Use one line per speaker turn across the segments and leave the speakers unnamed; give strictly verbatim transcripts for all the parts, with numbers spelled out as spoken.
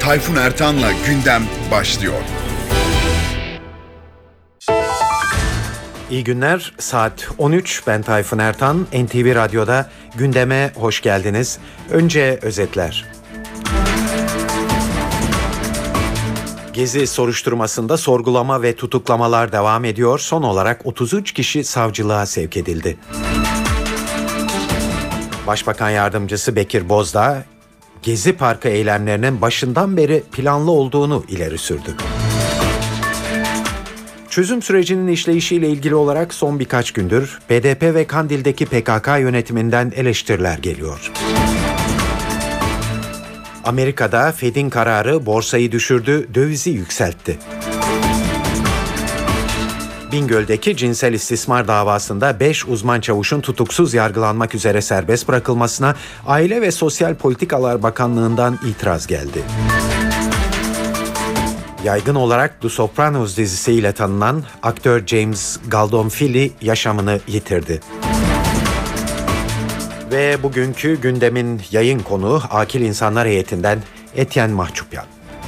Tayfun Ertan'la gündem başlıyor.
İyi günler. Saat on üç. Ben Tayfun Ertan. N T V Radyo'da gündeme hoş geldiniz. Önce özetler. Gezi soruşturmasında sorgulama ve tutuklamalar devam ediyor. Son olarak otuz üç kişi savcılığa sevk edildi. Başbakan Yardımcısı Bekir Bozdağ, Gezi Parkı eylemlerinin başından beri planlı olduğunu ileri sürdü. Çözüm sürecinin işleyişiyle ilgili olarak son birkaç gündür B D P ve Kandil'deki P K K yönetiminden eleştiriler geliyor. Amerika'da Fed'in kararı borsayı düşürdü, dövizi yükseltti. Bingöl'deki cinsel istismar davasında beş uzman çavuşun tutuksuz yargılanmak üzere serbest bırakılmasına Aile ve Sosyal Politikalar Bakanlığı'ndan itiraz geldi. Yaygın olarak The Sopranos dizisiyle tanınan aktör James Gandolfini yaşamını yitirdi. Ve bugünkü gündemin yayın konuğu Akil İnsanlar Heyeti'nden Etienne Mahçupyan.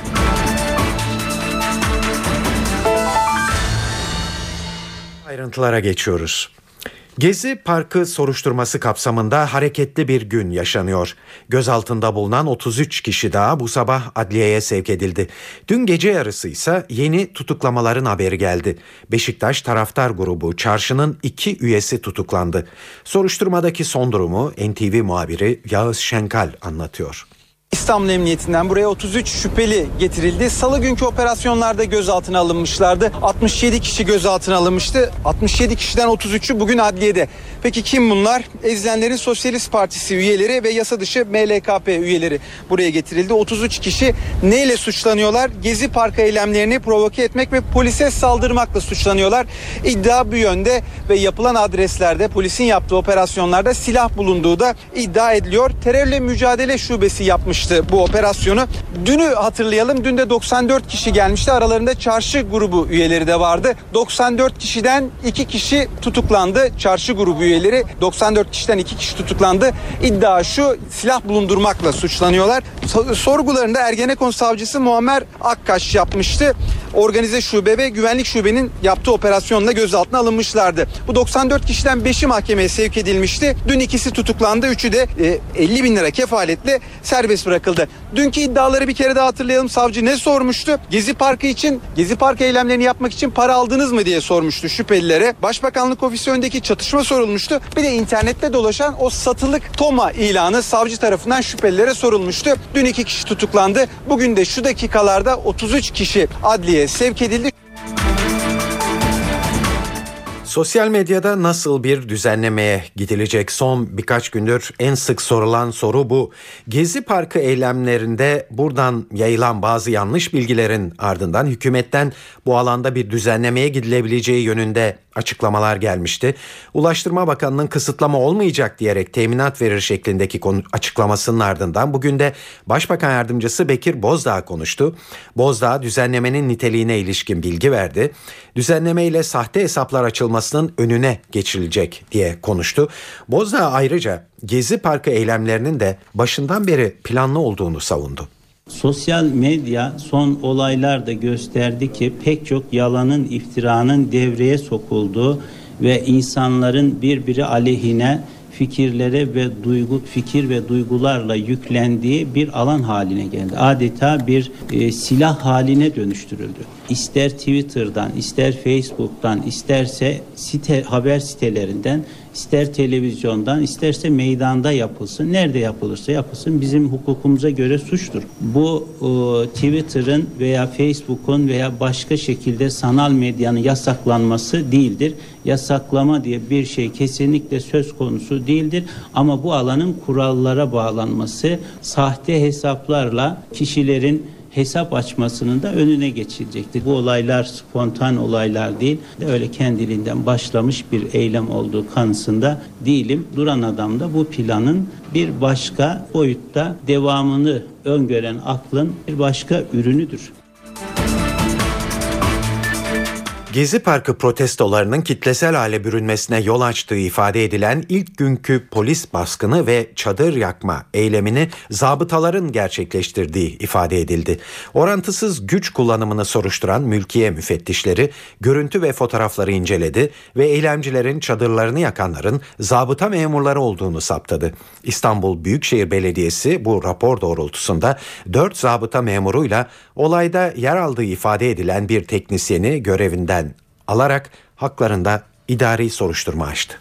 Ayrıntılara geçiyoruz. Gezi Parkı soruşturması kapsamında hareketli bir gün yaşanıyor. Gözaltında bulunan otuz üç kişi daha bu sabah adliyeye sevk edildi. Dün gece yarısı ise yeni tutuklamaların haberi geldi. Beşiktaş Taraftar Grubu Çarşı'nın iki üyesi tutuklandı. Soruşturmadaki son durumu N T V muhabiri Yağız Şenkal anlatıyor.
İstanbul Emniyetinden buraya otuz üç şüpheli getirildi. Salı günkü operasyonlarda gözaltına alınmışlardı. altmış yedi kişi gözaltına alınmıştı. altmış yedi kişiden otuz üçü bugün adliyede. Peki kim bunlar? Ezilenlerin Sosyalist Partisi üyeleri ve yasa dışı M L K P üyeleri buraya getirildi. otuz üç kişi neyle suçlanıyorlar? Gezi Parkı eylemlerini provoke etmek ve polise saldırmakla suçlanıyorlar. İddia bu yönde ve yapılan adreslerde polisin yaptığı operasyonlarda silah bulunduğu da iddia ediliyor. Terörle mücadele şubesi yapmış bu operasyonu. Dünü hatırlayalım. Dün de doksan dört kişi gelmişti. Aralarında çarşı grubu üyeleri de vardı. doksan dört kişiden iki kişi tutuklandı. Çarşı grubu üyeleri doksan dört kişiden iki kişi tutuklandı. İddia şu: silah bulundurmakla suçlanıyorlar. Sorgularında Ergenekon savcısı Muammer Akkaş yapmıştı. Organize şube ve güvenlik şubenin yaptığı operasyonla gözaltına alınmışlardı. Bu doksan dört kişiden beşi mahkemeye sevk edilmişti. Dün ikisi tutuklandı. Üçü de elli bin lira kefaletle serbest bırakıldı. Dünkü iddiaları bir kere daha hatırlayalım. Savcı ne sormuştu? Gezi Parkı için, Gezi Parkı eylemlerini yapmak için para aldınız mı diye sormuştu şüphelilere. Başbakanlık ofisi önündeki çatışma sorulmuştu. Bir de internette dolaşan o satılık TOMA ilanı savcı tarafından şüphelilere sorulmuştu. Dün iki kişi tutuklandı. Bugün de şu dakikalarda otuz üç kişi adliyeye sevk edildi.
Sosyal medyada nasıl bir düzenlemeye gidilecek? Son birkaç gündür en sık sorulan soru bu. Gezi Parkı eylemlerinde buradan yayılan bazı yanlış bilgilerin ardından hükümetten bu alanda bir düzenlemeye gidilebileceği yönünde açıklamalar gelmişti. Ulaştırma Bakanı'nın kısıtlama olmayacak diyerek teminat verir şeklindeki konu açıklamasının ardından bugün de Başbakan Yardımcısı Bekir Bozdağ konuştu. Bozdağ düzenlemenin niteliğine ilişkin bilgi verdi. Düzenleme ile sahte hesaplar açılmasının önüne geçilecek diye konuştu. Bozdağ ayrıca Gezi Parkı eylemlerinin de başından beri planlı olduğunu savundu.
Sosyal medya son olaylarda gösterdi ki pek çok yalanın, iftiranın devreye sokulduğu ve insanların birbiri aleyhine fikirlere ve duygu fikir ve duygularla yüklendiği bir alan haline geldi. Adeta bir e, silah haline dönüştürüldü. İster Twitter'dan, ister Facebook'tan, isterse site haber sitelerinden, ister televizyondan, isterse meydanda yapılsın. Nerede yapılırsa yapılsın bizim hukukumuza göre suçtur. Bu e, Twitter'ın veya Facebook'un veya başka şekilde sanal medyanın yasaklanması değildir. Yasaklama diye bir şey kesinlikle söz konusu değildir. Ama bu alanın kurallara bağlanması, sahte hesaplarla kişilerin hesap açmasının da önüne geçilecektir. Bu olaylar spontan olaylar değil, öyle kendiliğinden başlamış bir eylem olduğu kanısında değilim. Duran Adam da bu planın bir başka boyutta devamını öngören aklın bir başka ürünüdür.
Gezi Parkı protestolarının kitlesel hale bürünmesine yol açtığı ifade edilen ilk günkü polis baskını ve çadır yakma eylemini zabıtaların gerçekleştirdiği ifade edildi. Orantısız güç kullanımını soruşturan mülkiye müfettişleri görüntü ve fotoğrafları inceledi ve eylemcilerin çadırlarını yakanların zabıta memurları olduğunu saptadı. İstanbul Büyükşehir Belediyesi bu rapor doğrultusunda dört zabıta memuruyla olayda yer aldığı ifade edilen bir teknisyeni görevinden alarak haklarında idari soruşturma açtı.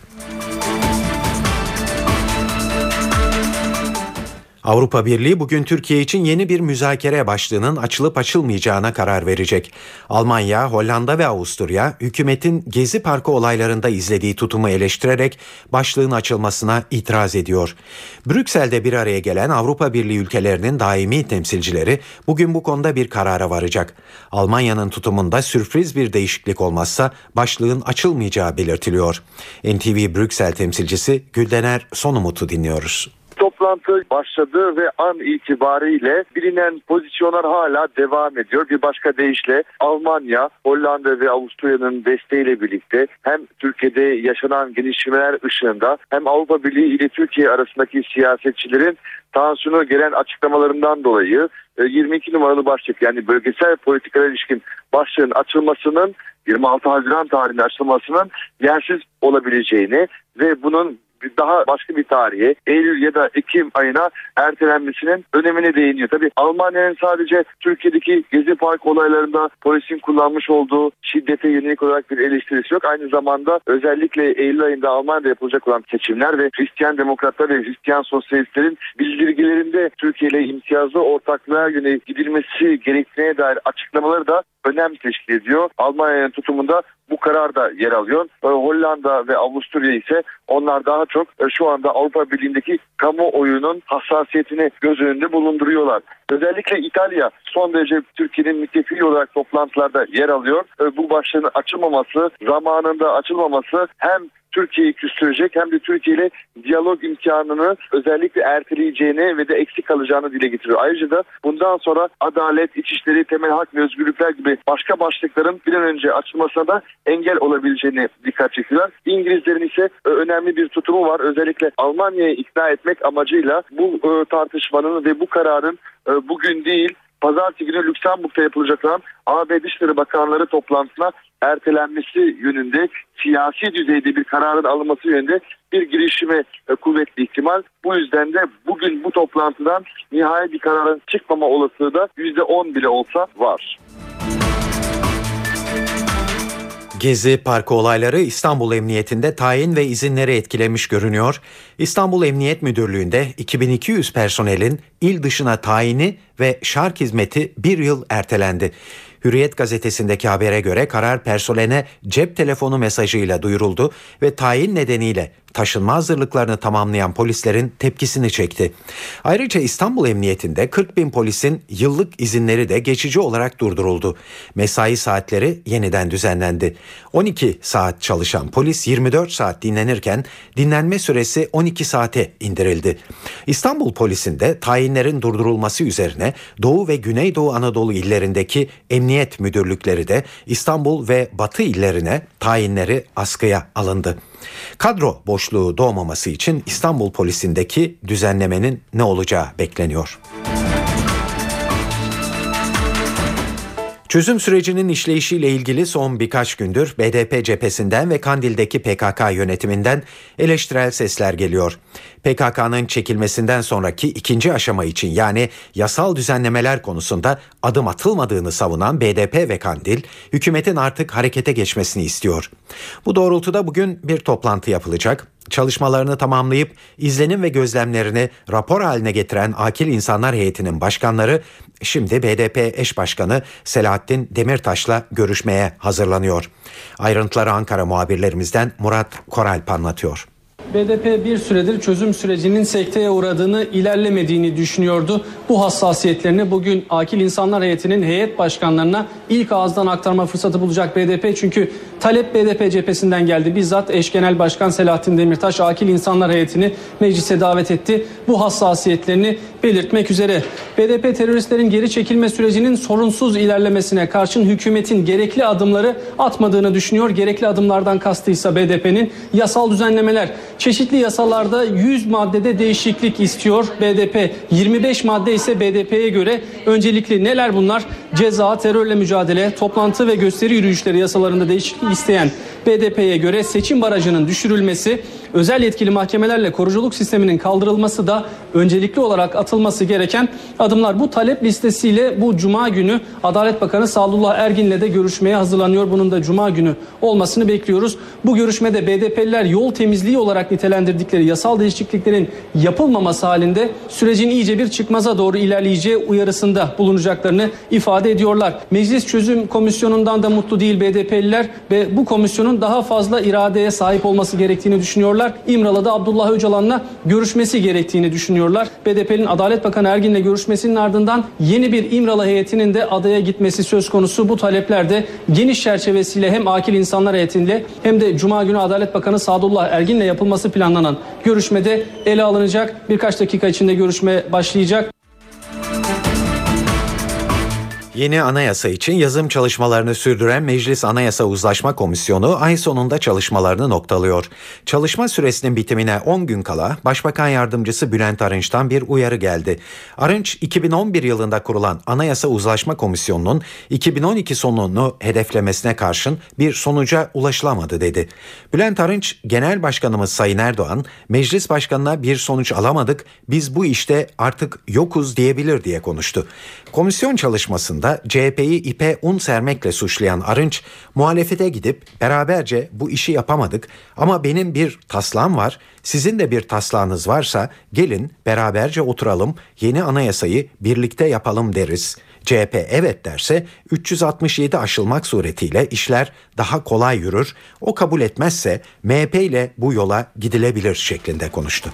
Avrupa Birliği bugün Türkiye için yeni bir müzakere başlığının açılıp açılmayacağına karar verecek. Almanya, Hollanda ve Avusturya hükümetin Gezi Parkı olaylarında izlediği tutumu eleştirerek başlığın açılmasına itiraz ediyor. Brüksel'de bir araya gelen Avrupa Birliği ülkelerinin daimi temsilcileri bugün bu konuda bir karara varacak. Almanya'nın tutumunda sürpriz bir değişiklik olmazsa başlığın açılmayacağı belirtiliyor. N T V Brüksel temsilcisi Güldener Sonumut'u dinliyoruz.
Toplantı başladı ve an itibariyle bilinen pozisyonlar hala devam ediyor. Bir başka deyişle Almanya, Hollanda ve Avusturya'nın desteğiyle birlikte hem Türkiye'de yaşanan gelişmeler ışığında hem Avrupa Birliği ile Türkiye arasındaki siyasetçilerin tansiyonu gelen açıklamalarından dolayı yirmi iki numaralı başlık, yani bölgesel politikalara ilişkin başlığın açılmasının yirmi altı Haziran tarihinde açılmasının yersiz olabileceğini ve bunun daha başka bir tarihe, Eylül ya da Ekim ayına ertelenmesinin önemine değiniyor. Tabii Almanya'nın sadece Türkiye'deki Gezi Park olaylarında polisin kullanmış olduğu şiddete yönelik olarak bir eleştirisi yok. Aynı zamanda özellikle Eylül ayında Almanya'da yapılacak olan seçimler ve Hristiyan Demokratlar ve Hristiyan Sosyalistlerin bildirgelerinde Türkiye ile imtiyazlı ortaklığa yönelik gidilmesi gerektiğine dair açıklamaları da önem teşkil ediyor. Almanya'nın tutumunda bu karar da yer alıyor. Hollanda ve Avusturya ise onlar daha çok şu anda Avrupa Birliği'ndeki kamuoyunun hassasiyetini göz önünde bulunduruyorlar. Özellikle İtalya son derece Türkiye'nin müttefiki olarak toplantılarda yer alıyor. Bu başlığın açılmaması, zamanında açılmaması hem Türkiye'yi küstürecek hem de Türkiye ile diyalog imkanını özellikle erteleyeceğini ve de eksik kalacağını dile getiriyor. Ayrıca da bundan sonra adalet, içişleri, temel hak ve özgürlükler gibi başka başlıkların bir an önce açılmasına da engel olabileceğini dikkat çekiyorlar. İngilizlerin ise önemli bir tutumu var. Özellikle Almanya'yı ikna etmek amacıyla bu tartışmanın ve bu kararın bugün değil, Pazartesi günü Lüksemburg'da yapılacak olan A B Dışişleri Bakanları toplantısına ertelenmesi yönünde, siyasi düzeyde bir kararın alınması yönünde bir girişime kuvvetli ihtimal. Bu yüzden de bugün bu toplantıdan nihai bir kararın çıkmama olasılığı da yüzde on bile olsa var.
Gezi Parkı olayları İstanbul Emniyetinde tayin ve izinleri etkilemiş görünüyor. İstanbul Emniyet Müdürlüğü'nde iki bin iki yüz personelin il dışına tayini ve şark hizmeti bir yıl ertelendi. Hürriyet gazetesindeki habere göre karar personeline cep telefonu mesajıyla duyuruldu ve tayin nedeniyle taşınma hazırlıklarını tamamlayan polislerin tepkisini çekti. Ayrıca İstanbul Emniyetinde kırk bin polisin yıllık izinleri de geçici olarak durduruldu. Mesai saatleri yeniden düzenlendi. on iki saat çalışan polis yirmi dört saat dinlenirken dinlenme süresi on iki saate indirildi. İstanbul Polisi'nde tayinlerin durdurulması üzerine Doğu ve Güneydoğu Anadolu illerindeki emniyet müdürlükleri de İstanbul ve Batı illerine tayinleri askıya alındı. Kadro boşluğu doğmaması için İstanbul Polisi'ndeki düzenlemenin ne olacağı bekleniyor. Çözüm sürecinin işleyişiyle ilgili son birkaç gündür B D P cephesinden ve Kandil'deki P K K yönetiminden eleştirel sesler geliyor. P K K'nın çekilmesinden sonraki ikinci aşama için, yani yasal düzenlemeler konusunda adım atılmadığını savunan B D P ve Kandil, hükümetin artık harekete geçmesini istiyor. Bu doğrultuda bugün bir toplantı yapılacak. Çalışmalarını tamamlayıp izlenim ve gözlemlerini rapor haline getiren Akil İnsanlar Heyeti'nin başkanları şimdi B D P eş başkanı Selahattin Demirtaş'la görüşmeye hazırlanıyor. Ayrıntıları Ankara muhabirlerimizden Murat Koralp anlatıyor.
B D P bir süredir çözüm sürecinin sekteye uğradığını, ilerlemediğini düşünüyordu. Bu hassasiyetlerini bugün Akil İnsanlar Heyeti'nin heyet başkanlarına ilk ağızdan aktarma fırsatı bulacak B D P. Çünkü Talep B D P cephesinden geldi. Bizzat eş genel başkan Selahattin Demirtaş akil insanlar heyetini meclise davet etti. Bu hassasiyetlerini belirtmek üzere. B D P teröristlerin geri çekilme sürecinin sorunsuz ilerlemesine karşın hükümetin gerekli adımları atmadığını düşünüyor. Gerekli adımlardan kastıysa B D P'nin yasal düzenlemeler. Çeşitli yasalarda yüz maddede değişiklik istiyor B D P. yirmi beş madde ise B D P'ye göre öncelikli. Neler bunlar? Ceza, terörle mücadele, toplantı ve gösteri yürüyüşleri yasalarında değişiklik isteyen B D P'ye göre seçim barajının düşürülmesi, özel yetkili mahkemelerle koruculuk sisteminin kaldırılması da öncelikli olarak atılması gereken adımlar. Bu talep listesiyle bu Cuma günü Adalet Bakanı Sadullah Ergin'le de görüşmeye hazırlanıyor. Bunun da Cuma günü olmasını bekliyoruz. Bu görüşmede B D P'liler yol temizliği olarak nitelendirdikleri yasal değişikliklerin yapılmaması halinde sürecin iyice bir çıkmaza doğru ilerleyeceği uyarısında bulunacaklarını ifade ediyorlar. Meclis Çözüm Komisyonu'ndan da mutlu değil B D P'liler ve bu komisyonun daha fazla iradeye sahip olması gerektiğini düşünüyorlar. İmralı'da Abdullah Öcalan'la görüşmesi gerektiğini düşünüyorlar. B D P'nin Adalet Bakanı Ergin'le görüşmesinin ardından yeni bir İmralı heyetinin de adaya gitmesi söz konusu. Bu talepler de geniş çerçevesiyle hem akil insanlar heyetiyle hem de Cuma günü Adalet Bakanı Sadullah Ergin'le yapılması planlanan görüşmede ele alınacak. Birkaç dakika içinde görüşme başlayacak.
Yeni anayasa için yazım çalışmalarını sürdüren Meclis Anayasa Uzlaşma Komisyonu ay sonunda çalışmalarını noktalıyor. Çalışma süresinin bitimine on gün kala Başbakan Yardımcısı Bülent Arınç'tan bir uyarı geldi. Arınç, iki bin on bir yılında kurulan Anayasa Uzlaşma Komisyonu'nun iki bin on iki sonunu hedeflemesine karşın bir sonuca ulaşılamadı dedi. Bülent Arınç, Genel Başkanımız Sayın Erdoğan, Meclis Başkanı'na bir sonuç alamadık, biz bu işte artık yokuz diyebilir diye konuştu. Komisyon çalışmasında C H P'yi ipe un sermekle suçlayan Arınç, muhalefete gidip beraberce bu işi yapamadık ama benim bir taslağım var, sizin de bir taslağınız varsa gelin beraberce oturalım, yeni anayasayı birlikte yapalım deriz. C H P evet derse üç yüz altmış yedi aşılmak suretiyle işler daha kolay yürür, o kabul etmezse M H P ile bu yola gidilebilir şeklinde konuştu.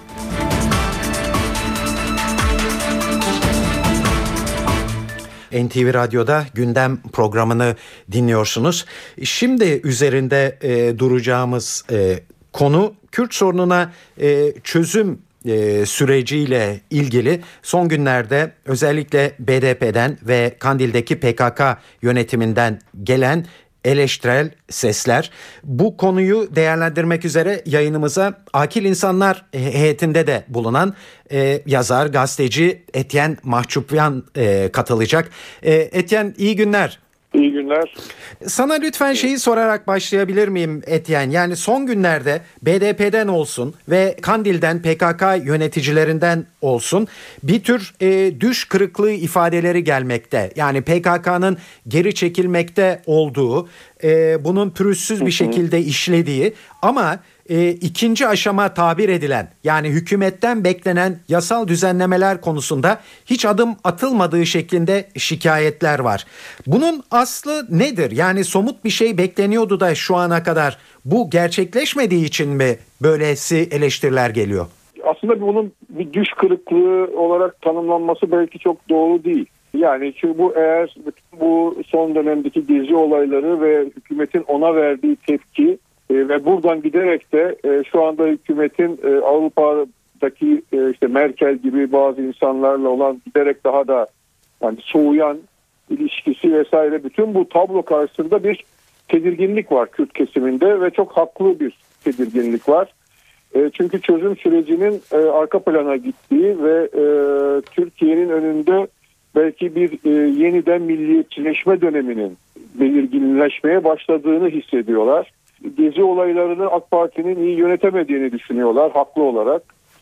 N T V Radyo'da gündem programını dinliyorsunuz. Şimdi üzerinde e, duracağımız e, konu Kürt sorununa e, çözüm e, süreciyle ilgili. Son günlerde özellikle B D P'den ve Kandil'deki P K K yönetiminden gelen eleştirel sesler. Bu konuyu değerlendirmek üzere yayınımıza Akil İnsanlar heyetinde de bulunan e, yazar, gazeteci Etyen Mahçupyan e, katılacak. E, Etyen, iyi günler.
İyi günler.
Sana lütfen şeyi sorarak başlayabilir miyim Etyen? Yani son günlerde B D P'den olsun ve Kandil'den P K K yöneticilerinden olsun bir tür e, düş kırıklığı ifadeleri gelmekte. Yani P K K'nın geri çekilmekte olduğu, e, bunun pürüzsüz bir şekilde işlediği ama e, ikinci aşama tabir edilen, yani hükümetten beklenen yasal düzenlemeler konusunda hiç adım atılmadığı şeklinde şikayetler var. Bunun aslı nedir? Yani somut bir şey bekleniyordu da şu ana kadar bu gerçekleşmediği için mi böylesi eleştiriler geliyor?
Aslında bunun bir düş kırıklığı olarak tanımlanması belki çok doğru değil. Yani çünkü bu eğer bu son dönemdeki gezi olayları ve hükümetin ona verdiği tepki e, ve buradan giderek de e, şu anda hükümetin e, Avrupa'daki e, işte Merkel gibi bazı insanlarla olan giderek daha da yani soğuyan ilişkisi vesaire, bütün bu tablo karşısında bir tedirginlik var Kürt kesiminde ve çok haklı bir tedirginlik var. E, çünkü çözüm sürecinin e, arka plana gittiği ve e, Türkiye'nin önünde belki bir e, yeniden milliyetçileşme döneminin belirginleşmeye başladığını hissediyorlar. Gezi olaylarını AK Parti'nin iyi yönetemediğini düşünüyorlar haklı olarak.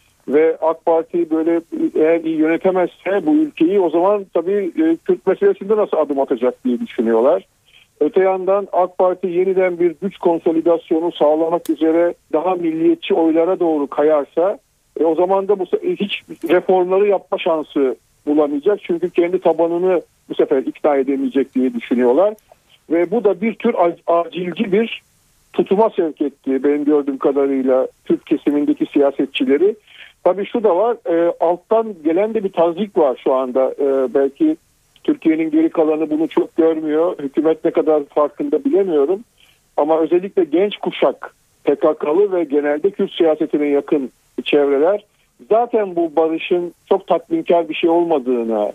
Ve AK Parti böyle eğer iyi yönetemezse bu ülkeyi, o zaman tabii e, Kürt meselesinde nasıl adım atacak diye düşünüyorlar. Öte yandan AK Parti yeniden bir güç konsolidasyonu sağlamak üzere daha milliyetçi oylara doğru kayarsa e, o zaman da bu hiç reformları yapma şansı bulamayacak. Çünkü kendi tabanını bu sefer ikna edemeyecek diye düşünüyorlar. Ve bu da bir tür acilci bir tutuma sevk etti benim gördüğüm kadarıyla Türk kesimindeki siyasetçileri. Tabii şu da var, e, alttan gelen de bir tazyik var şu anda. E, belki Türkiye'nin geri kalanı bunu çok görmüyor. Hükümet ne kadar farkında bilemiyorum. Ama özellikle genç kuşak, P K K'lı ve genelde Kürt siyasetine yakın çevreler zaten bu barışın çok tatminkar bir şey olmadığına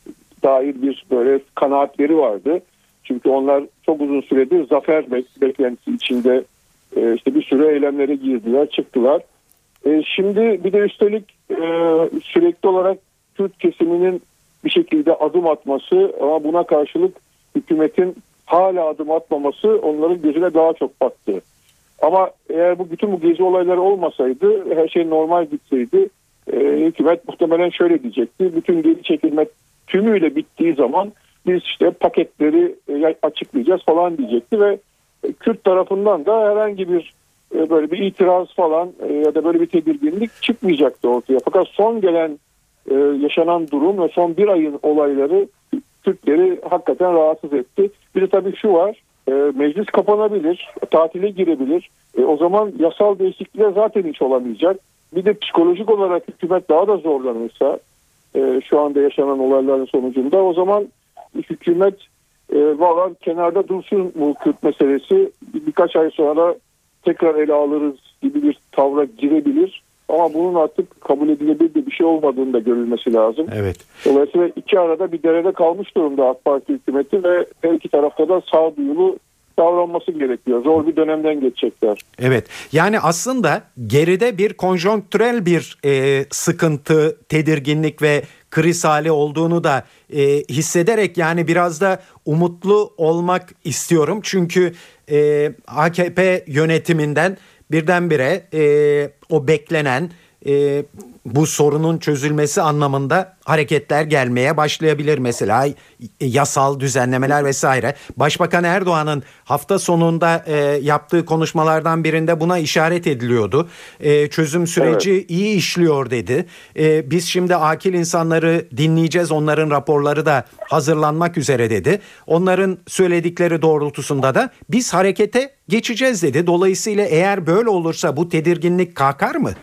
dair bir böyle kanaatleri vardı. Çünkü onlar çok uzun süredir zafer bek- beklentisi içinde e, işte bir sürü eylemlere girdiler, çıktılar. E, şimdi bir de üstelik e, sürekli olarak Kürt kesiminin bir şekilde adım atması ama buna karşılık hükümetin hala adım atmaması onların gözüne daha çok battı. Ama eğer bu bütün bu gezi olayları olmasaydı, her şey normal gitseydi, e, hükümet muhtemelen şöyle diyecekti: bütün geri çekilme tümüyle bittiği zaman biz işte paketleri e, açıklayacağız falan diyecekti ve e, Kürt tarafından da herhangi bir e, böyle bir itiraz falan e, ya da böyle bir tedirginlik çıkmayacaktı ortaya. Fakat son gelen e, yaşanan durum ve son bir ayın olayları Kürtleri hakikaten rahatsız etti. Bir de tabii şu var, e, meclis kapanabilir, tatile girebilir. E, o zaman yasal değişiklikler zaten hiç olamayacak. Bir de psikolojik olarak hükümet daha da zorlanırsa e, şu anda yaşanan olayların sonucunda, o zaman hükümet e, valla kenarda dursun bu Kürt meselesi, bir, birkaç ay sonra tekrar ele alırız gibi bir tavra girebilir. Ama bunun artık kabul edilebilir bir şey olmadığını da görülmesi lazım.
Evet.
Dolayısıyla iki arada bir derede kalmış durumda AK Parti hükümeti ve her iki tarafta da sağduyulu davranması gerekiyor. Zor bir dönemden geçecekler.
Evet. Yani aslında geride bir konjonktürel bir e, sıkıntı, tedirginlik ve kriz hali olduğunu da e, hissederek yani biraz da umutlu olmak istiyorum. Çünkü e, A K P yönetiminden birdenbire e, o beklenen e, bu sorunun çözülmesi anlamında hareketler gelmeye başlayabilir. Mesela yasal düzenlemeler vesaire. Başbakan Erdoğan'ın hafta sonunda e, yaptığı konuşmalardan birinde buna işaret ediliyordu. E, çözüm süreci evet. iyi işliyor dedi. E, biz şimdi akil insanları dinleyeceğiz. Onların raporları da hazırlanmak üzere dedi. Onların söyledikleri doğrultusunda da biz harekete geçeceğiz dedi. Dolayısıyla eğer böyle olursa bu tedirginlik kalkar mı?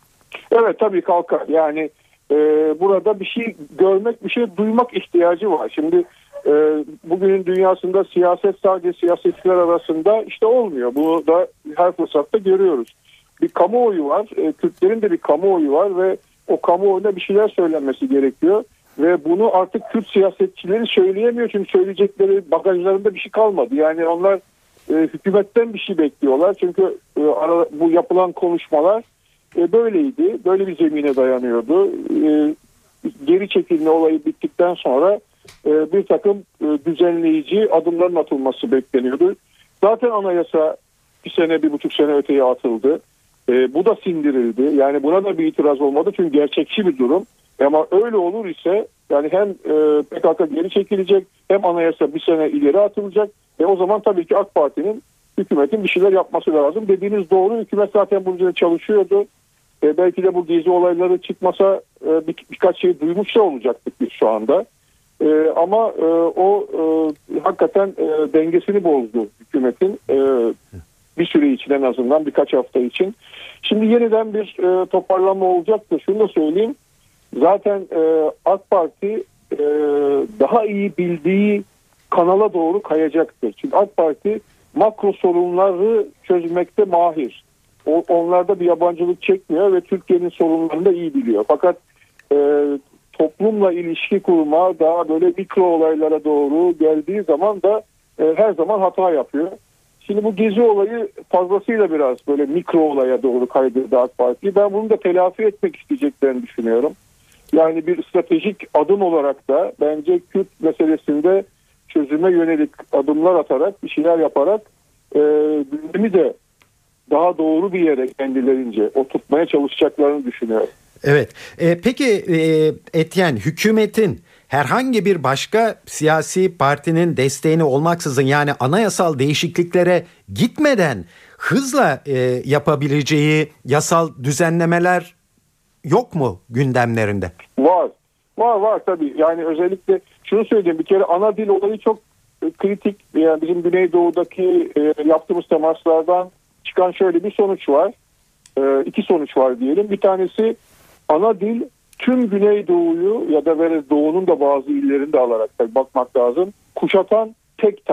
Evet, tabii kalkar. Yani e, burada bir şey görmek, bir şey duymak ihtiyacı var. Şimdi e, bugünün dünyasında siyaset sadece siyasetçiler arasında işte olmuyor. Bunu da her fırsatta görüyoruz. Bir kamuoyu var. E, Kürtlerin de bir kamuoyu var ve o kamuoyuna bir şeyler söylenmesi gerekiyor. Ve bunu artık Kürt siyasetçileri söyleyemiyor. Çünkü söyleyecekleri bagajlarında bir şey kalmadı. Yani onlar e, hükümetten bir şey bekliyorlar. Çünkü e, ara, bu yapılan konuşmalar E, böyleydi. Böyle bir zemine dayanıyordu. E, geri çekilme olayı bittikten sonra e, bir takım e, düzenleyici adımların atılması bekleniyordu. Zaten anayasa bir sene, bir buçuk sene öteye atıldı. E, bu da sindirildi. Yani buna da bir itiraz olmadı. Çünkü gerçekçi bir durum. Ama öyle olur ise yani hem e, P K K geri çekilecek, hem anayasa bir sene ileri atılacak. E, o zaman tabii ki AK Parti'nin, hükümetin bir şeyler yapması lazım. Dediğiniz doğru. Hükümet zaten bunun üzerine çalışıyordu. E, belki de bu gezi olayları çıkmasa e, bir, birkaç şey duymuş da olacaktık biz şu anda. E, ama e, o e, hakikaten e, dengesini bozdu hükümetin e, bir süre için, en azından birkaç hafta için. Şimdi yeniden bir e, toparlanma olacaktır. Şunu da söyleyeyim. Zaten e, AK Parti e, daha iyi bildiği kanala doğru kayacaktır. Çünkü AK Parti makro sorunları çözmekte mahir. O, onlarda bir yabancılık çekmiyor ve Türkiye'nin sorunlarını da iyi biliyor. Fakat e, toplumla ilişki kurma, daha böyle mikro olaylara doğru geldiği zaman da e, her zaman hata yapıyor. Şimdi bu gezi olayı fazlasıyla biraz böyle mikro olaya doğru kaydırdı AK Parti. Ben bunu da telafi etmek isteyeceklerini düşünüyorum. Yani bir stratejik adım olarak da bence Kürt meselesinde çözüme yönelik adımlar atarak, bir şeyler yaparak e, gündemi de daha doğru bir yere kendilerince oturtmaya çalışacaklarını düşünüyorum.
Evet. E, peki e, Etienne, hükümetin herhangi bir başka siyasi partinin desteğini olmaksızın, yani anayasal değişikliklere gitmeden hızla e, yapabileceği yasal düzenlemeler yok mu gündemlerinde?
Var. Var var tabii. Yani özellikle şunu söyleyeyim, bir kere ana dil olayı çok e, kritik. Yani bizim Güneydoğu'daki e, yaptığımız temaslardan çıkan şöyle bir sonuç var. E, iki sonuç var diyelim. Bir tanesi, ana dil tüm Güneydoğu'yu ya da böyle Doğu'nun da bazı illerini de alarak tabii bakmak lazım, kuşatan tek talep.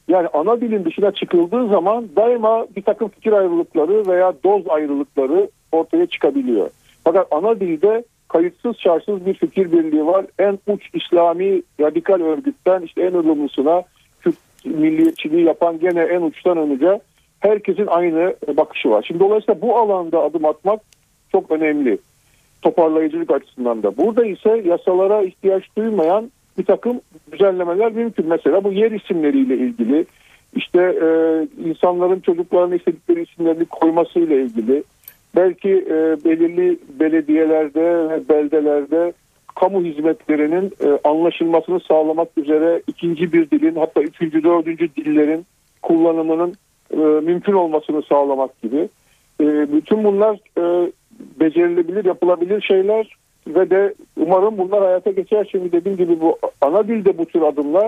Yani ana dilin dışına çıkıldığı zaman daima bir takım fikir ayrılıkları veya doz ayrılıkları ortaya çıkabiliyor. Fakat ana dilde kayıtsız şartsız bir fikir birliği var. En uç İslami radikal örgütten işte en ılımlısına, Kürt milliyetçiliği yapan gene en uçtan önce herkesin aynı bakışı var. Şimdi dolayısıyla bu alanda adım atmak çok önemli. Toparlayıcılık açısından da. Burada ise yasalara ihtiyaç duymayan bir takım düzenlemeler mümkün. Mesela bu yer isimleriyle ilgili, işte e, insanların çocuklarına istedikleri isimlerini koymasıyla ilgili, belki e, belirli belediyelerde ve beldelerde kamu hizmetlerinin e, anlaşılmasını sağlamak üzere ikinci bir dilin, hatta üçüncü, dördüncü dillerin kullanımının e, mümkün olmasını sağlamak gibi. E, bütün bunlar e, becerilebilir, yapılabilir şeyler ve de umarım bunlar hayata geçer. Şimdi dediğim gibi bu ana dilde bu tür adımlar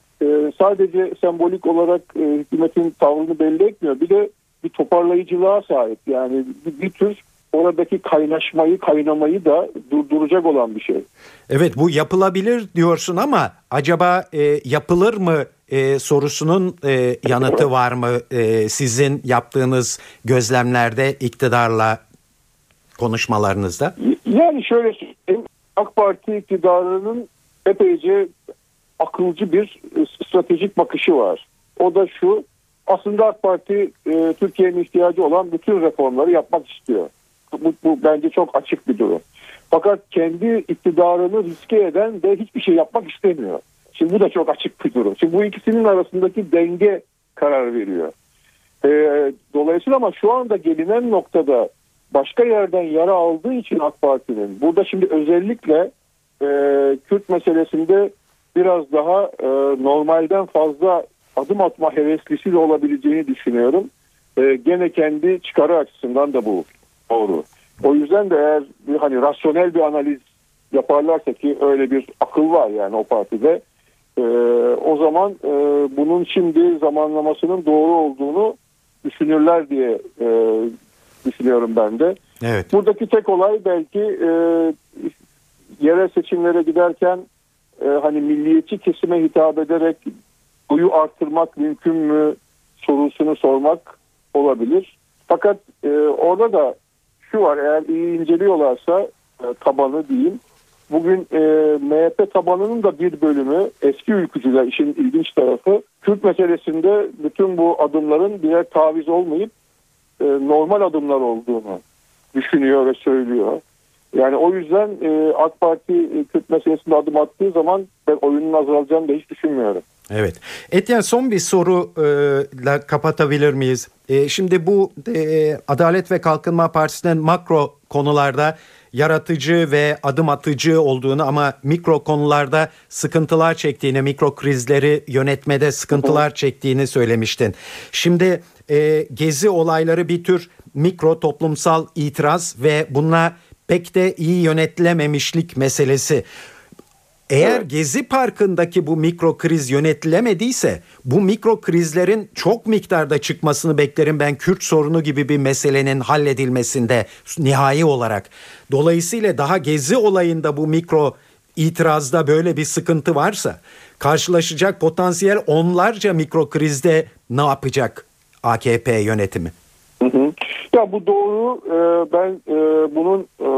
e, sadece sembolik olarak e, hükümetin tavrını belli etmiyor. Bir de bir toparlayıcılığa sahip. Yani bir, bir tür oradaki kaynaşmayı, kaynamayı da durduracak olan bir şey.
Evet, bu yapılabilir diyorsun ama acaba e, yapılır mı e, sorusunun e, yanıtı var mı e, sizin yaptığınız gözlemlerde, iktidarla konuşmalarınızda?
Yani şöyle söyleyeyim, AK Parti iktidarının epeyce akılcı bir stratejik bakışı var. O da şu: aslında AK Parti e, Türkiye'nin ihtiyacı olan bütün reformları yapmak istiyor. Bu, bu bence çok açık bir durum. Fakat kendi iktidarını riske eden de hiçbir şey yapmak istemiyor. Şimdi bu da çok açık bir durum. Şimdi bu ikisinin arasındaki denge karar veriyor. E, dolayısıyla ama şu anda gelinen noktada başka yerden yara aldığı için AK Parti'nin burada şimdi özellikle e, Kürt meselesinde biraz daha e, normalden fazla adım atma heveslisi de olabileceğini düşünüyorum. E, gene kendi çıkarı açısından da bu doğru. O yüzden de eğer bir, hani rasyonel bir analiz yaparlarsa, ki öyle bir akıl var yani o partide, e, o zaman e, bunun şimdi zamanlamasının doğru olduğunu düşünürler diye e, düşünüyorum ben de.
Evet.
Buradaki tek olay belki e, yerel seçimlere giderken e, hani milliyetçi kesime hitap ederek oyu artırmak mümkün mü sorusunu sormak olabilir. Fakat e, orada da şu var: eğer iyi inceliyorlarsa e, tabanı diyeyim, bugün e, M H P tabanının da bir bölümü eski ülkücüler, işin ilginç tarafı, Kürt meselesinde bütün bu adımların birer taviz olmayıp e, normal adımlar olduğunu düşünüyor ve söylüyor. Yani o yüzden e, AK Parti e, Kürt meselesinde adım attığı zaman ben oyunun azalacağını da hiç düşünmüyorum.
Evet. Etienne, son bir soruyla kapatabilir miyiz? E, şimdi bu e, Adalet ve Kalkınma Partisi'nin makro konularda yaratıcı ve adım atıcı olduğunu ama mikro konularda sıkıntılar çektiğini, mikro krizleri yönetmede sıkıntılar çektiğini söylemiştin. Şimdi e, gezi olayları bir tür mikro toplumsal itiraz ve bununla pek de iyi yönetilememişlik meselesi. Eğer evet. Gezi Parkı'ndaki bu mikro kriz yönetilemediyse bu mikro krizlerin çok miktarda çıkmasını beklerim ben Kürt sorunu gibi bir meselenin halledilmesinde nihai olarak. Dolayısıyla daha Gezi olayında bu mikro itirazda böyle bir sıkıntı varsa karşılaşacak potansiyel onlarca mikro krizde ne yapacak A K P yönetimi?
Hı hı. Ya bu doğru. Ee, ben e, bunun e,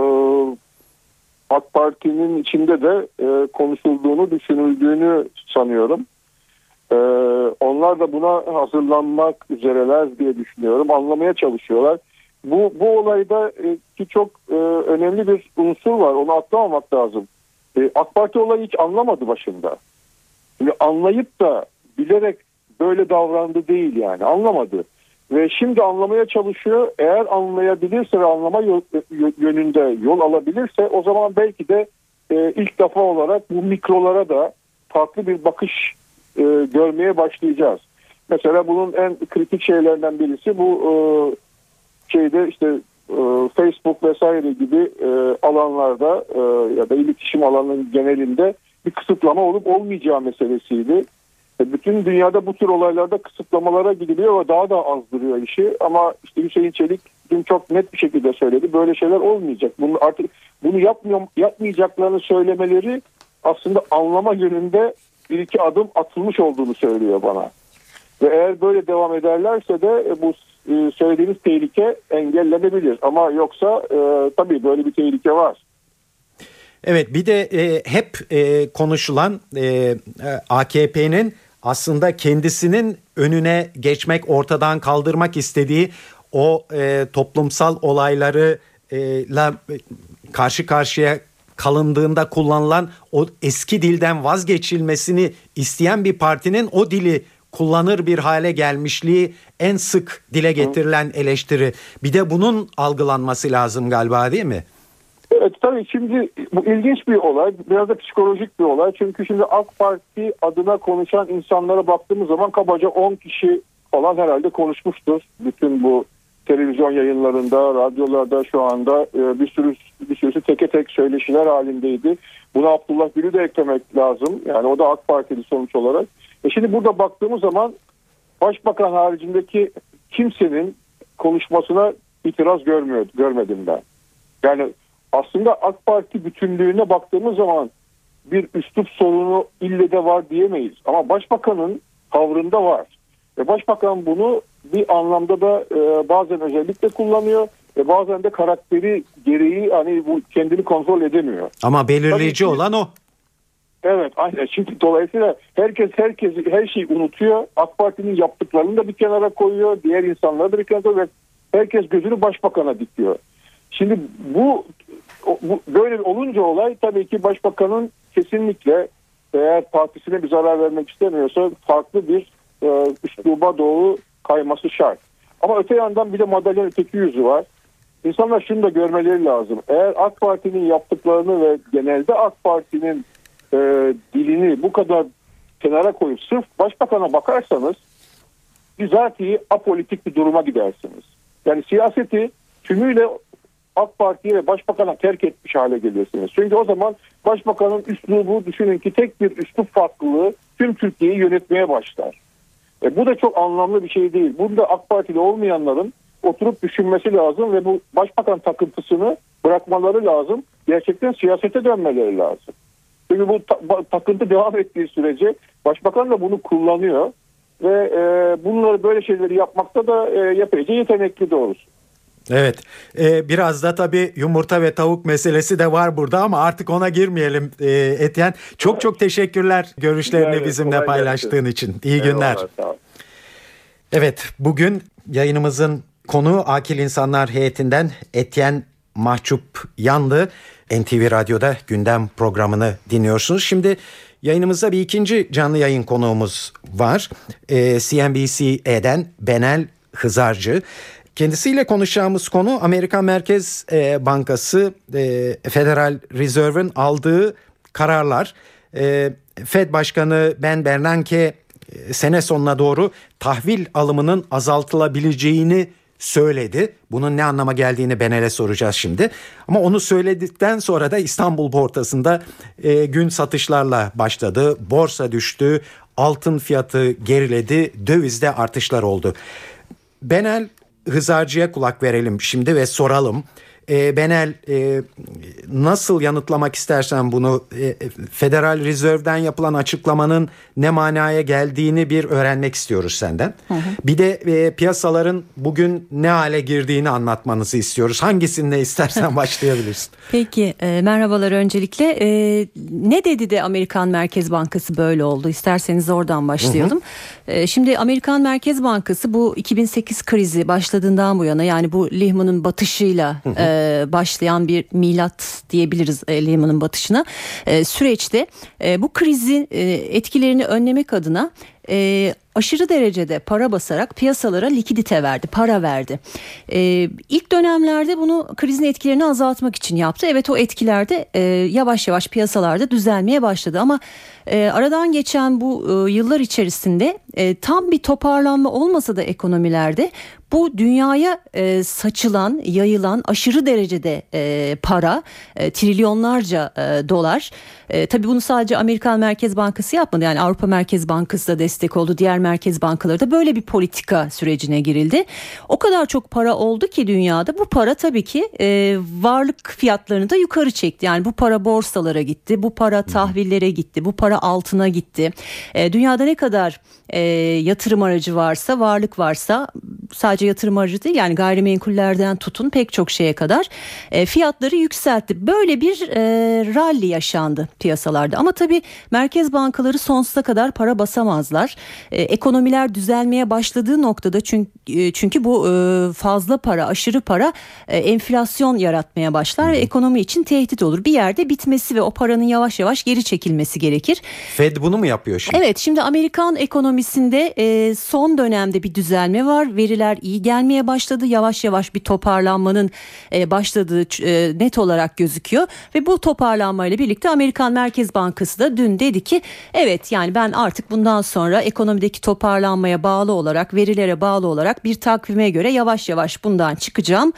AK Parti'nin içinde de e, konuşulduğunu, düşünüldüğünü sanıyorum. E, onlar da buna hazırlanmak üzereler diye düşünüyorum. Anlamaya çalışıyorlar. Bu bu olayda e, ki çok e, önemli bir unsur var. Onu atlamamak lazım. E, AK Parti olayı hiç anlamadı başında. Yani anlayıp da bilerek böyle davrandı değil yani. Anlamadı. Ve şimdi anlamaya çalışıyor. Eğer anlayabilirse ve anlama yönünde yol alabilirse o zaman belki de e, ilk defa olarak bu mikrolara da farklı bir bakış e, görmeye başlayacağız. Mesela bunun en kritik şeylerden birisi bu e, şeyde işte e, Facebook vesaire gibi e, alanlarda e, ya da iletişim alanının genelinde bir kısıtlama olup olmayacağı meselesiydi. Bütün dünyada bu tür olaylarda kısıtlamalara gidiliyor ve daha da azdırıyor işi. Ama işte Hüseyin Çelik dün çok net bir şekilde söyledi. Böyle şeyler olmayacak. Bunu artık bunu yapmıyor, yapmayacaklarını söylemeleri aslında anlama yönünde bir iki adım atılmış olduğunu söylüyor bana. Ve eğer böyle devam ederlerse de e, bu e, söylediğiniz tehlike engellenebilir. Ama yoksa e, tabii böyle bir tehlike var.
Evet, bir de e, hep e, konuşulan e, A K P'nin aslında kendisinin önüne geçmek, ortadan kaldırmak istediği o e, toplumsal olaylarla e, karşı karşıya kalındığında kullanılan o eski dilden vazgeçilmesini isteyen bir partinin o dili kullanır bir hale gelmişliği en sık dile getirilen eleştiri. Bir de bunun algılanması lazım galiba, değil mi?
Evet, tabii şimdi bu ilginç bir olay, biraz da psikolojik bir olay. Çünkü şimdi AK Parti adına konuşan insanlara baktığımız zaman kabaca on kişi falan herhalde konuşmuştur. Bütün bu televizyon yayınlarında, radyolarda şu anda bir sürü bir sürüsü teke tek söyleşiler halindeydi. Buna Abdullah Gül'ü de eklemek lazım. Yani o da AK Partili sonuç olarak. E şimdi burada baktığımız zaman Başbakan haricindeki kimsenin konuşmasına itiraz görmüyor, görmedim ben. Yani aslında AK Parti bütünlüğüne baktığımız zaman bir üslup sorunu ille de var diyemeyiz. Ama Başbakanın tavrında var. Ve Başbakan bunu bir anlamda da e, bazen özellikle kullanıyor ve bazen de karakteri gereği hani bu kendini kontrol edemiyor.
Ama belirleyici
Tabii ki,
olan o.
Evet, aynen. Şimdi dolayısıyla herkes herkes her şeyi unutuyor. AK Parti'nin yaptıklarını da bir kenara koyuyor. Diğer insanları da bir kenara koyuyor. Herkes gözünü Başbakan'a dikiyor. Şimdi bu, bu böyle olunca olay tabii ki Başbakanın kesinlikle eğer partisine bir zarar vermek istemiyorsa farklı bir e, üsluba doğru kayması şart. Ama öte yandan bir de madalyanın öteki yüzü var. İnsanlar şunu da görmeleri lazım. Eğer AK Parti'nin yaptıklarını ve genelde AK Parti'nin e, dilini bu kadar kenara koyup sırf Başbakan'a bakarsanız bizatihi apolitik bir duruma gidersiniz. Yani siyaseti tümüyle AK Parti'ye ve Başbakan'a terk etmiş hale gelirsiniz. Çünkü o zaman Başbakanın üslubu, düşünün ki tek bir üslup farklılığı tüm Türkiye'yi yönetmeye başlar. E, bu da çok anlamlı bir şey değil. Bunda AK Partili olmayanların oturup düşünmesi lazım ve bu Başbakan takıntısını bırakmaları lazım. Gerçekten siyasete dönmeleri lazım. Çünkü bu ta- takıntı devam ettiği sürece Başbakan da bunu kullanıyor ve e, bunları böyle şeyleri yapmakta da e, yapıcı yetenekli doğrusu.
Evet, ee, biraz da tabii yumurta ve tavuk meselesi de var burada ama artık ona girmeyelim e, Etyen. Çok çok teşekkürler görüşlerini
Evet,
bizimle paylaştığın
gelsin.
için. İyi günler.
Eyvallah,
evet, bugün yayınımızın konuğu Akil İnsanlar heyetinden Etyen Mahçup Yandı. N T V Radyo'da gündem programını dinliyorsunuz. Şimdi yayınımızda bir ikinci canlı yayın konuğumuz var. Ee, C N B C'den Benel Hızarcı. Kendisiyle konuşacağımız konu Amerikan Merkez Bankası Federal Reserve'ın aldığı kararlar. Fed Başkanı Ben Bernanke sene sonuna doğru tahvil alımının azaltılabileceğini söyledi. Bunun ne anlama geldiğini Benel'e soracağız şimdi. Ama onu söyledikten sonra da İstanbul borsasında gün satışlarla başladı. Borsa düştü, altın fiyatı geriledi, dövizde artışlar oldu. Benel Hızarcı'ya kulak verelim şimdi ve soralım. E, Benel, e, nasıl yanıtlamak istersen bunu, e, Federal Reserve'den yapılan açıklamanın ne manaya geldiğini bir öğrenmek istiyoruz senden. Hı hı. Bir de e, piyasaların bugün ne hale girdiğini anlatmanızı istiyoruz. Hangisinde istersen başlayabilirsin.
Peki, e, merhabalar öncelikle. E, ne dedi de Amerikan Merkez Bankası böyle oldu? İsterseniz oradan başlayalım. Hı hı. E, şimdi Amerikan Merkez Bankası bu iki bin sekiz krizi başladığından bu yana, yani bu Lehman'ın batışıyla hı hı. E, başlayan bir milat diyebiliriz e, Lehman'ın batışına. E, süreçte e, bu krizin e, etkilerini önlemek adına e, aşırı derecede para basarak piyasalara likidite verdi, para verdi. E, ilk dönemlerde bunu krizin etkilerini azaltmak için yaptı. Evet, o etkilerde e, yavaş yavaş piyasalarda düzelmeye başladı ama e, aradan geçen bu e, yıllar içerisinde e, tam bir toparlanma olmasa da ekonomilerde bu dünyaya e, saçılan, yayılan aşırı derecede e, para, e, trilyonlarca e, dolar. E, tabii bunu sadece Amerikan Merkez Bankası yapmadı. Yani Avrupa Merkez Bankası da destek destek oldu. Diğer merkez bankaları da böyle bir politika sürecine girildi. O kadar çok para oldu ki dünyada, bu para tabii ki e, varlık fiyatlarını da yukarı çekti. Yani bu para borsalara gitti, bu para tahvillere gitti, bu para altına gitti. E, dünyada ne kadar e, yatırım aracı varsa, varlık varsa, sadece yatırım aracı değil, yani gayrimenkullerden tutun pek çok şeye kadar e, fiyatları yükseltti. Böyle bir e, rally yaşandı piyasalarda. Ama tabii merkez bankaları sonsuza kadar para basamazlar. E, ekonomiler düzelmeye başladığı noktada çünkü e, çünkü bu e, fazla para, aşırı para e, enflasyon yaratmaya başlar ve ekonomi için tehdit olur. Bir yerde bitmesi ve o paranın yavaş yavaş geri çekilmesi gerekir.
Fed bunu mu yapıyor şimdi?
Evet, şimdi Amerikan ekonomisinde e, son dönemde bir düzelme var. Veriler iyi gelmeye başladı. Yavaş yavaş bir toparlanmanın e, başladığı e, net olarak gözüküyor ve bu toparlanmayla birlikte Amerikan Merkez Bankası da dün dedi ki evet, yani ben artık bundan sonra ekonomideki toparlanmaya bağlı olarak, verilere bağlı olarak bir takvime göre yavaş yavaş bundan çıkacağım.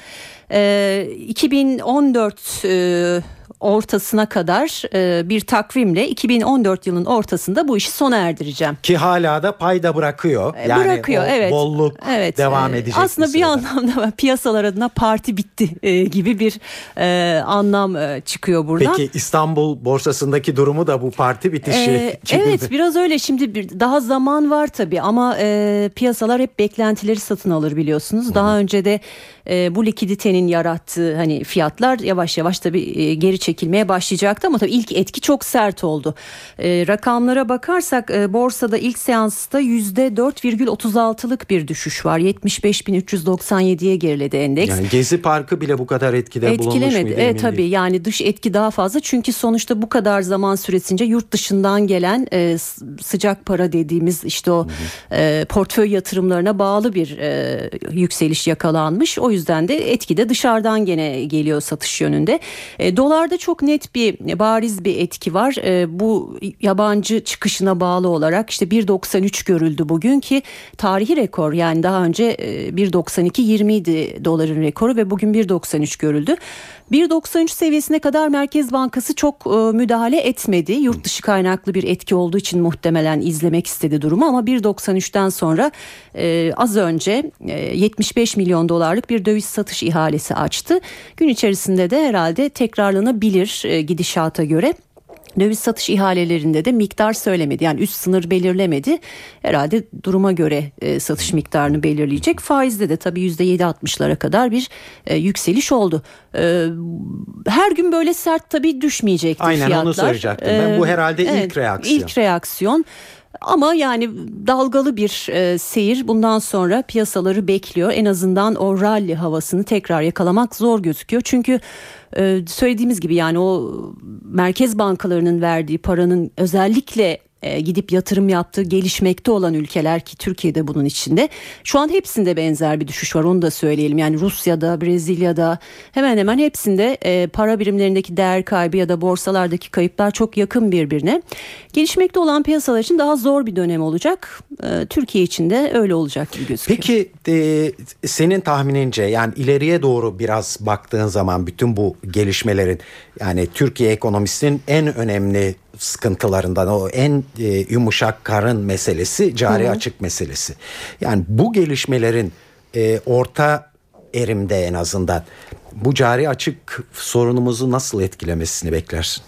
E, iki bin on dört e, ortasına kadar e, bir takvimle iki bin on dört yılın ortasında bu işi sona erdireceğim.
Ki hala da payda bırakıyor. Yani
bırakıyor,
o
evet.
bolluk
evet.
devam edecek.
Aslında bir,
bir
anlamda piyasalar adına parti bitti e, gibi bir e, anlam e, çıkıyor buradan.
Peki İstanbul borsasındaki durumu da bu parti bitişi
Ee,
gibi
evet
mi?
biraz öyle. Şimdi bir, daha zaman var tabii ama e, piyasalar hep beklentileri satın alır biliyorsunuz. Hı-hı. Daha önce de e, bu likiditenin yarattığı hani fiyatlar yavaş yavaş tabii e, geri çekilmeye başlayacaktı ama tabii ilk etki çok sert oldu. E, rakamlara bakarsak e, borsada ilk seansta yüzde dört virgül otuz altılık bir düşüş var. yetmiş beş bin üç yüz doksan yediye geriledi endeks.
Yani Gezi Parkı bile bu kadar etkide bulunmuş muydu?
Etkilemedi. Evet tabii, yani dış etki daha fazla çünkü sonuçta bu kadar zaman süresince yurt dışından gelen e, sıcak para dediğimiz işte o e, portföy yatırımlarına bağlı bir e, yükseliş yakalanmış. O yüzden de etki de dışarıdan gene geliyor satış yönünde. E, dolarda çok net bir bariz bir etki var. E, bu yabancı çıkışına bağlı olarak işte bir doksan üç görüldü bugün ki tarihi rekor, yani daha önce e, bir doksan iki yirmi idi doların rekoru ve bugün bir doksan üç görüldü. bir doksan üç seviyesine kadar Merkez Bankası çok e, müdahale etmedi. Yurt dışı kaynaklı bir etki olduğu için muhtemelen izlemek istedi durumu ama bir doksan üçten sonra e, az önce e, yetmiş beş milyon dolarlık bir döviz satış ihalesi açtı. Gün içerisinde de herhalde tekrarlanabilir e, gidişata göre. Döviz satış ihalelerinde de miktar söylemedi. Yani üst sınır belirlemedi. Herhalde duruma göre e, satış miktarını belirleyecek. Faizde de tabii yüzde yedi altmışlara kadar bir e, yükseliş oldu. E, her gün böyle sert tabii düşmeyecekti
Aynen,
fiyatlar.
Aynen onu soracaktım ben. Bu herhalde
evet,
ilk reaksiyon.
İlk reaksiyon. Ama yani dalgalı bir e, seyir bundan sonra piyasaları bekliyor. En azından o rally havasını tekrar yakalamak zor gözüküyor. Çünkü e, söylediğimiz gibi yani o merkez bankalarının verdiği paranın özellikle e, gidip yatırım yaptığı gelişmekte olan ülkeler ki Türkiye'de bunun içinde şu an hepsinde benzer bir düşüş var, onu da söyleyelim. Yani Rusya'da, Brezilya'da hemen hemen hepsinde e, para birimlerindeki değer kaybı ya da borsalardaki kayıplar çok yakın birbirine. Gelişmekte olan piyasalar için daha zor bir dönem olacak. E, Türkiye için de öyle olacak gibi gözüküyor.
Peki e, senin tahminince yani ileriye doğru biraz baktığın zaman bütün bu gelişmelerin yani Türkiye ekonomisinin en önemli sıkıntılarından o en e, yumuşak karın meselesi cari Hı-hı. açık meselesi. Yani bu gelişmelerin e, orta erimde en azından bu cari açık sorunumuzu nasıl etkilemesini beklersin?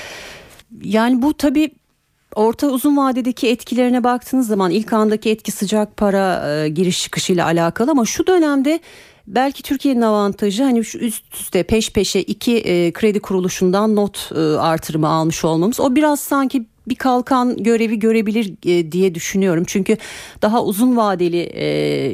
Yani bu tabii orta uzun vadedeki etkilerine baktığınız zaman ilk andaki etki sıcak para e, giriş çıkışıyla alakalı ama şu dönemde belki Türkiye'nin avantajı hani şu üst üste peş peşe iki e, kredi kuruluşundan not e, artırımı almış olmamız. O biraz sanki bir kalkan görevi görebilir e, diye düşünüyorum. Çünkü daha uzun vadeli e,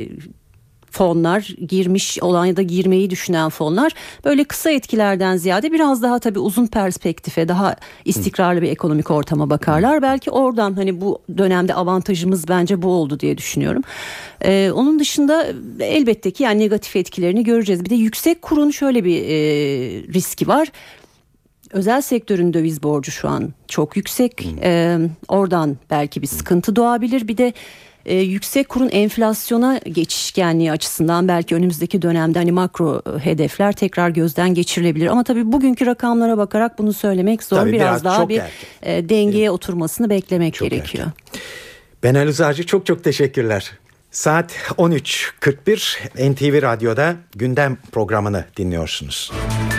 fonlar girmiş olan ya da girmeyi düşünen fonlar böyle kısa etkilerden ziyade biraz daha tabii uzun perspektife, daha istikrarlı bir ekonomik ortama bakarlar. Belki oradan hani bu dönemde avantajımız bence bu oldu diye düşünüyorum. Ee, onun dışında elbette ki yani negatif etkilerini göreceğiz. Bir de yüksek kurun şöyle bir e, riski var. Özel sektörün döviz borcu şu an çok yüksek. Ee, oradan belki bir sıkıntı doğabilir. Bir de e, yüksek kurun enflasyona geçişkenliği açısından belki önümüzdeki dönemde hani makro hedefler tekrar gözden geçirilebilir. Ama tabii bugünkü rakamlara bakarak bunu söylemek zor.
Tabii
biraz,
biraz
daha bir e, dengeye
evet.
oturmasını beklemek
çok
gerekiyor.
Erken. Ben Ali Rıza'cı, çok çok teşekkürler. Saat on üç kırk bir N T V Radyo'da gündem programını dinliyorsunuz.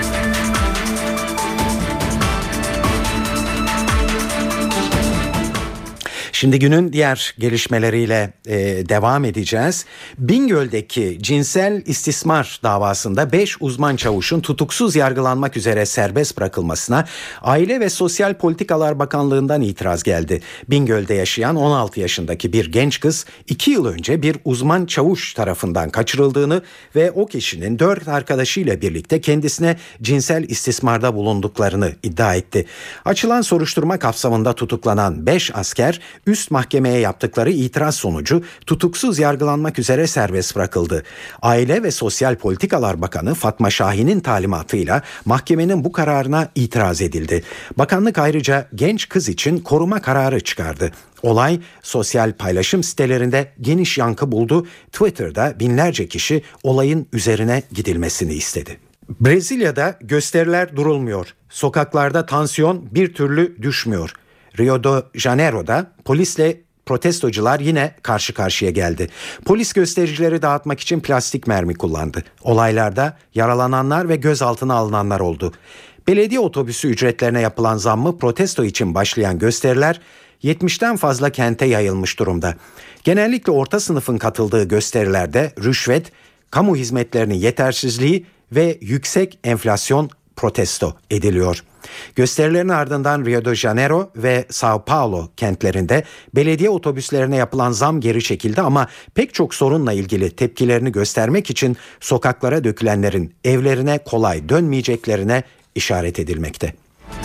Şimdi günün diğer gelişmeleriyle e, devam edeceğiz. Bingöl'deki cinsel istismar davasında beş uzman çavuşun tutuksuz yargılanmak üzere serbest bırakılmasına Aile ve Sosyal Politikalar Bakanlığı'ndan itiraz geldi. Bingöl'de yaşayan on altı yaşındaki bir genç kız iki yıl önce bir uzman çavuş tarafından kaçırıldığını ve o kişinin dört arkadaşıyla birlikte kendisine cinsel istismarda bulunduklarını iddia etti. Açılan soruşturma kapsamında tutuklanan beş asker üst mahkemeye yaptıkları itiraz sonucu tutuksuz yargılanmak üzere serbest bırakıldı. Aile ve Sosyal Politikalar Bakanı Fatma Şahin'in talimatıyla mahkemenin bu kararına itiraz edildi. Bakanlık ayrıca genç kız için koruma kararı çıkardı. Olay sosyal paylaşım sitelerinde geniş yankı buldu. Twitter'da binlerce kişi olayın üzerine gidilmesini istedi. Brezilya'da gösteriler durulmuyor. Sokaklarda tansiyon bir türlü düşmüyor. Rio de Janeiro'da polisle protestocular yine karşı karşıya geldi. Polis göstericileri dağıtmak için plastik mermi kullandı. Olaylarda yaralananlar ve gözaltına alınanlar oldu. Belediye otobüsü ücretlerine yapılan zammı protesto için başlayan gösteriler yetmişten fazla kente yayılmış durumda. Genellikle orta sınıfın katıldığı gösterilerde rüşvet, kamu hizmetlerinin yetersizliği ve yüksek enflasyon protesto ediliyor. Gösterilerin ardından Rio de Janeiro ve São Paulo kentlerinde belediye otobüslerine yapılan zam geri çekildi ama pek çok sorunla ilgili tepkilerini göstermek için sokaklara dökülenlerin evlerine kolay dönmeyeceklerine işaret edilmekte.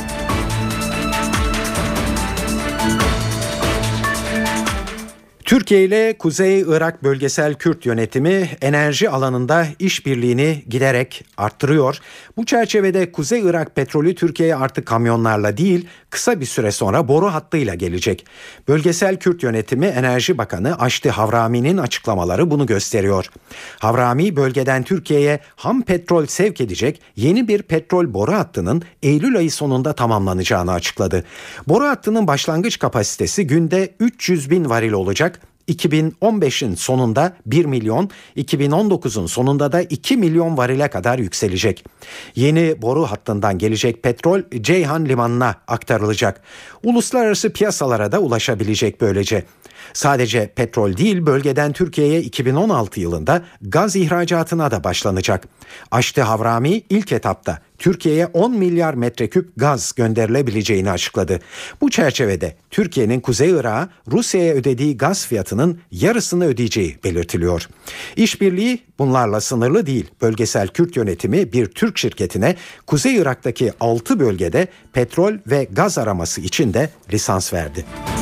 Türkiye ile Kuzey Irak Bölgesel Kürt Yönetimi enerji alanında işbirliğini giderek arttırıyor. Bu çerçevede Kuzey Irak petrolü Türkiye'ye artık kamyonlarla değil, kısa bir süre sonra boru hattıyla gelecek. Bölgesel Kürt Yönetimi Enerji Bakanı Aşti Havrami'nin açıklamaları bunu gösteriyor. Havrami, bölgeden Türkiye'ye ham petrol sevk edecek yeni bir petrol boru hattının Eylül ayı sonunda tamamlanacağını açıkladı. Boru hattının başlangıç kapasitesi günde üç yüz bin varil olacak. iki bin on beşin sonunda bir milyon, iki bin on dokuzun sonunda da iki milyon varile kadar yükselecek. Yeni boru hattından gelecek petrol Ceyhan Limanı'na aktarılacak. Uluslararası piyasalara da ulaşabilecek böylece. Sadece petrol değil, bölgeden Türkiye'ye iki bin on altı yılında gaz ihracatına da başlanacak. Aşti Havrami ilk etapta Türkiye'ye on milyar metreküp gaz gönderilebileceğini açıkladı. Bu çerçevede Türkiye'nin Kuzey Irak'a Rusya'ya ödediği gaz fiyatının yarısını ödeyeceği belirtiliyor. İşbirliği bunlarla sınırlı değil. Bölgesel Kürt Yönetimi bir Türk şirketine Kuzey Irak'taki altı bölgede petrol ve gaz araması için de lisans verdi.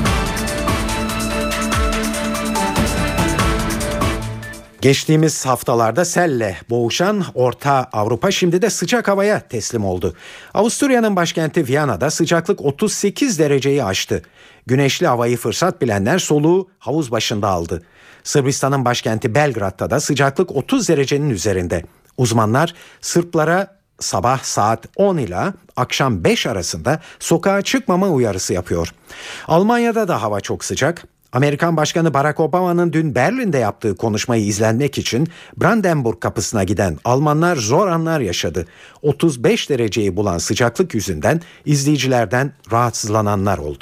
Geçtiğimiz haftalarda selle boğuşan Orta Avrupa şimdi de sıcak havaya teslim oldu. Avusturya'nın başkenti Viyana'da sıcaklık otuz sekiz dereceyi aştı. Güneşli havayı fırsat bilenler soluğu havuz başında aldı. Sırbistan'ın başkenti Belgrad'da da sıcaklık otuz derecenin üzerinde. Uzmanlar Sırplara sabah saat on ila akşam beş arasında sokağa çıkmama uyarısı yapıyor. Almanya'da da hava çok sıcak. Amerikan Başkanı Barack Obama'nın dün Berlin'de yaptığı konuşmayı izlenmek için Brandenburg kapısına giden Almanlar zor anlar yaşadı. otuz beş dereceyi bulan sıcaklık yüzünden izleyicilerden rahatsızlananlar oldu.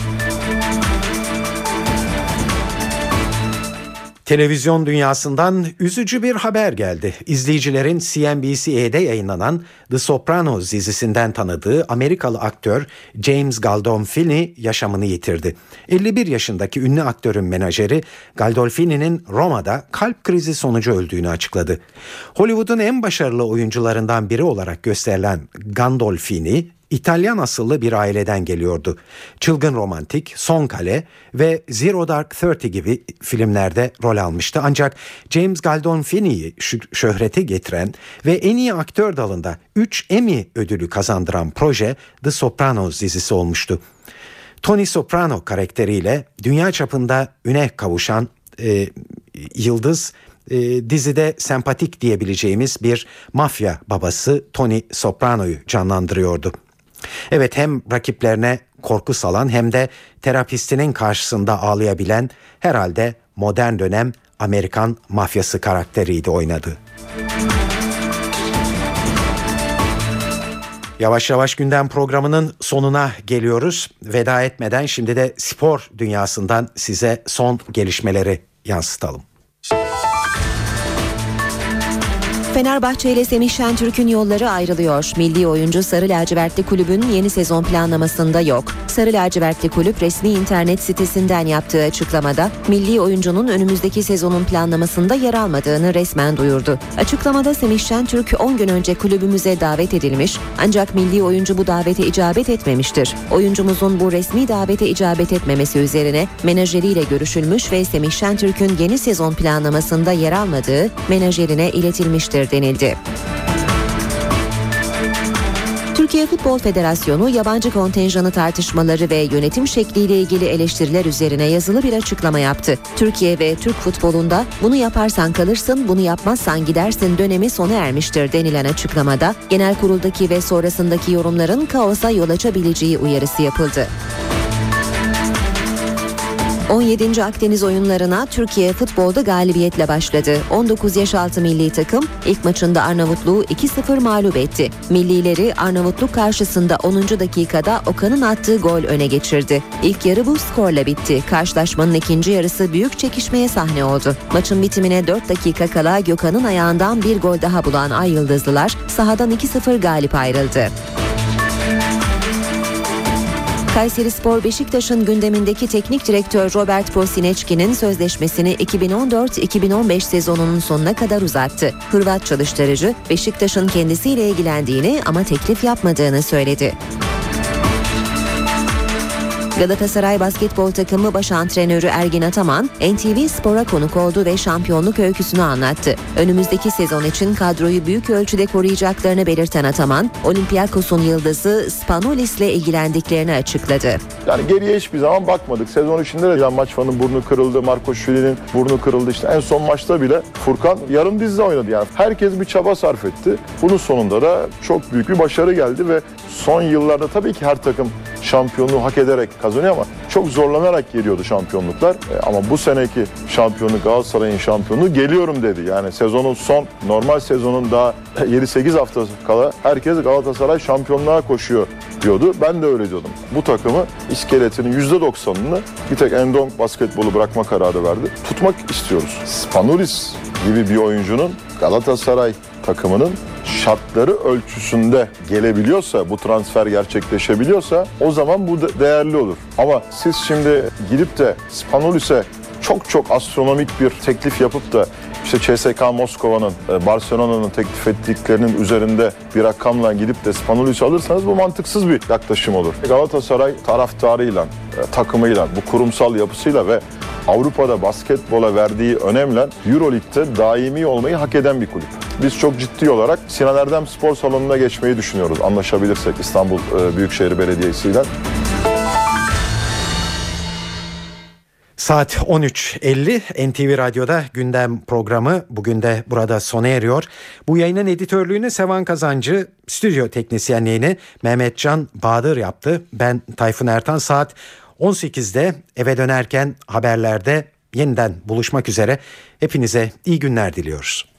Televizyon dünyasından üzücü bir haber geldi. İzleyicilerin C N B C'de yayınlanan The Sopranos dizisinden tanıdığı Amerikalı aktör James Gandolfini yaşamını yitirdi. elli bir yaşındaki ünlü aktörün menajeri Gandolfini'nin Roma'da kalp krizi sonucu öldüğünü açıkladı. Hollywood'un en başarılı oyuncularından biri olarak gösterilen Gandolfini, İtalyan asıllı bir aileden geliyordu. Çılgın Romantik, Son Kale ve Zero Dark Thirty gibi filmlerde rol almıştı. Ancak James Gandolfini'yi şöhrete getiren ve en iyi aktör dalında üç Emmy ödülü kazandıran proje The Sopranos dizisi olmuştu. Tony Soprano karakteriyle dünya çapında üne kavuşan e, yıldız e, dizide sempatik diyebileceğimiz bir mafya babası Tony Soprano'yu canlandırıyordu. Evet, hem rakiplerine korku salan hem de terapistinin karşısında ağlayabilen herhalde modern dönem Amerikan mafyası karakteriydi oynadı. Yavaş yavaş gündem programının sonuna geliyoruz. Veda etmeden şimdi de spor dünyasından size son gelişmeleri yansıtalım.
Fenerbahçe ile Semih Şentürk'ün yolları ayrılıyor. Milli oyuncu Sarı Lacivertli Kulübün yeni sezon planlamasında yok. Sarı Lacivertli Kulüp resmi internet sitesinden yaptığı açıklamada milli oyuncunun önümüzdeki sezonun planlamasında yer almadığını resmen duyurdu. Açıklamada Semih Şentürk on gün önce kulübümüze davet edilmiş ancak milli oyuncu bu davete icabet etmemiştir. Oyuncumuzun bu resmi davete icabet etmemesi üzerine menajeriyle görüşülmüş ve Semih Şentürk'ün yeni sezon planlamasında yer almadığı menajerine iletilmiştir denildi. Türkiye Futbol Federasyonu yabancı kontenjanı tartışmaları ve yönetim şekliyle ilgili eleştiriler üzerine yazılı bir açıklama yaptı. Türkiye ve Türk futbolunda bunu yaparsan kalırsın, bunu yapmazsan gidersin dönemi sona ermiştir denilen açıklamada genel kuruldaki ve sonrasındaki yorumların kaosa yol açabileceği uyarısı yapıldı. on yedinci Akdeniz oyunlarına Türkiye futbolda galibiyetle başladı. on dokuz yaş altı milli takım ilk maçında Arnavutluğu iki sıfır mağlup etti. Millileri Arnavutluk karşısında onuncu dakikada Okan'ın attığı gol öne geçirdi. İlk yarı bu skorla bitti. Karşılaşmanın ikinci yarısı büyük çekişmeye sahne oldu. Maçın bitimine dört dakika kala Gökhan'ın ayağından bir gol daha bulan Ay Yıldızlılar sahadan iki sıfır galip ayrıldı. Kayserispor Beşiktaş'ın gündemindeki teknik direktör Robert Prosinecki'nin sözleşmesini iki bin on dört iki bin on beş sezonunun sonuna kadar uzattı. Hırvat çalıştırıcı Beşiktaş'ın kendisiyle ilgilendiğini ama teklif yapmadığını söyledi. Galatasaray basketbol takımı baş antrenörü Ergin Ataman, N T V Spor'a konuk oldu ve şampiyonluk öyküsünü anlattı. Önümüzdeki sezon için kadroyu büyük ölçüde koruyacaklarını belirten Ataman, Olympiakos'un yıldızı Spanoulis'le ilgilendiklerini açıkladı.
Yani geriye hiçbir zaman bakmadık. Sezon içinde de Maçvan'ın burnu kırıldı, Marco Şuli'nin burnu kırıldı. İşte en son maçta bile Furkan yarım dizle oynadı. Yani herkes bir çaba sarf etti. Bunun sonunda da çok büyük bir başarı geldi ve son yıllarda tabii ki her takım şampiyonluğu hak ederek kazanıyor ama çok zorlanarak geliyordu şampiyonluklar. E, ama bu seneki şampiyonluk, Galatasaray'ın şampiyonluğu geliyorum dedi. Yani sezonun son, normal sezonun daha yedi sekiz haftası kala herkes Galatasaray şampiyonluğa koşuyor diyordu. Ben de öyle diyordum. Bu takımı iskeletinin yüzde doksanını bir tek Endonk basketbolu bırakma kararı verdi. Tutmak istiyoruz. Spanoulis gibi bir oyuncunun Galatasaray takımının şartları ölçüsünde gelebiliyorsa, bu transfer gerçekleşebiliyorsa o zaman bu değerli olur. Ama siz şimdi gidip de Spanoulis'e çok çok astronomik bir teklif yapıp da işte C S K A Moskova'nın, Barcelona'nın teklif ettiklerinin üzerinde bir rakamla gidip de Spanoulis'i alırsanız bu mantıksız bir yaklaşım olur. Galatasaray taraftarıyla, takımıyla, bu kurumsal yapısıyla ve Avrupa'da basketbola verdiği önemle Euroleague'de daimi olmayı hak eden bir kulüp. Biz çok ciddi olarak Sinan Erdem Spor Salonu'na geçmeyi düşünüyoruz. Anlaşabilirsek İstanbul Büyükşehir Belediyesi ile.
Saat on üç elli N T V Radyo'da gündem programı bugün de burada sona eriyor. Bu yayının editörlüğünü Sevan Kazancı, stüdyo teknisyenliğini Mehmetcan Bahadır yaptı. Ben Tayfun Ertan. Saat on sekizde eve dönerken haberlerde yeniden buluşmak üzere. Hepinize iyi günler diliyoruz.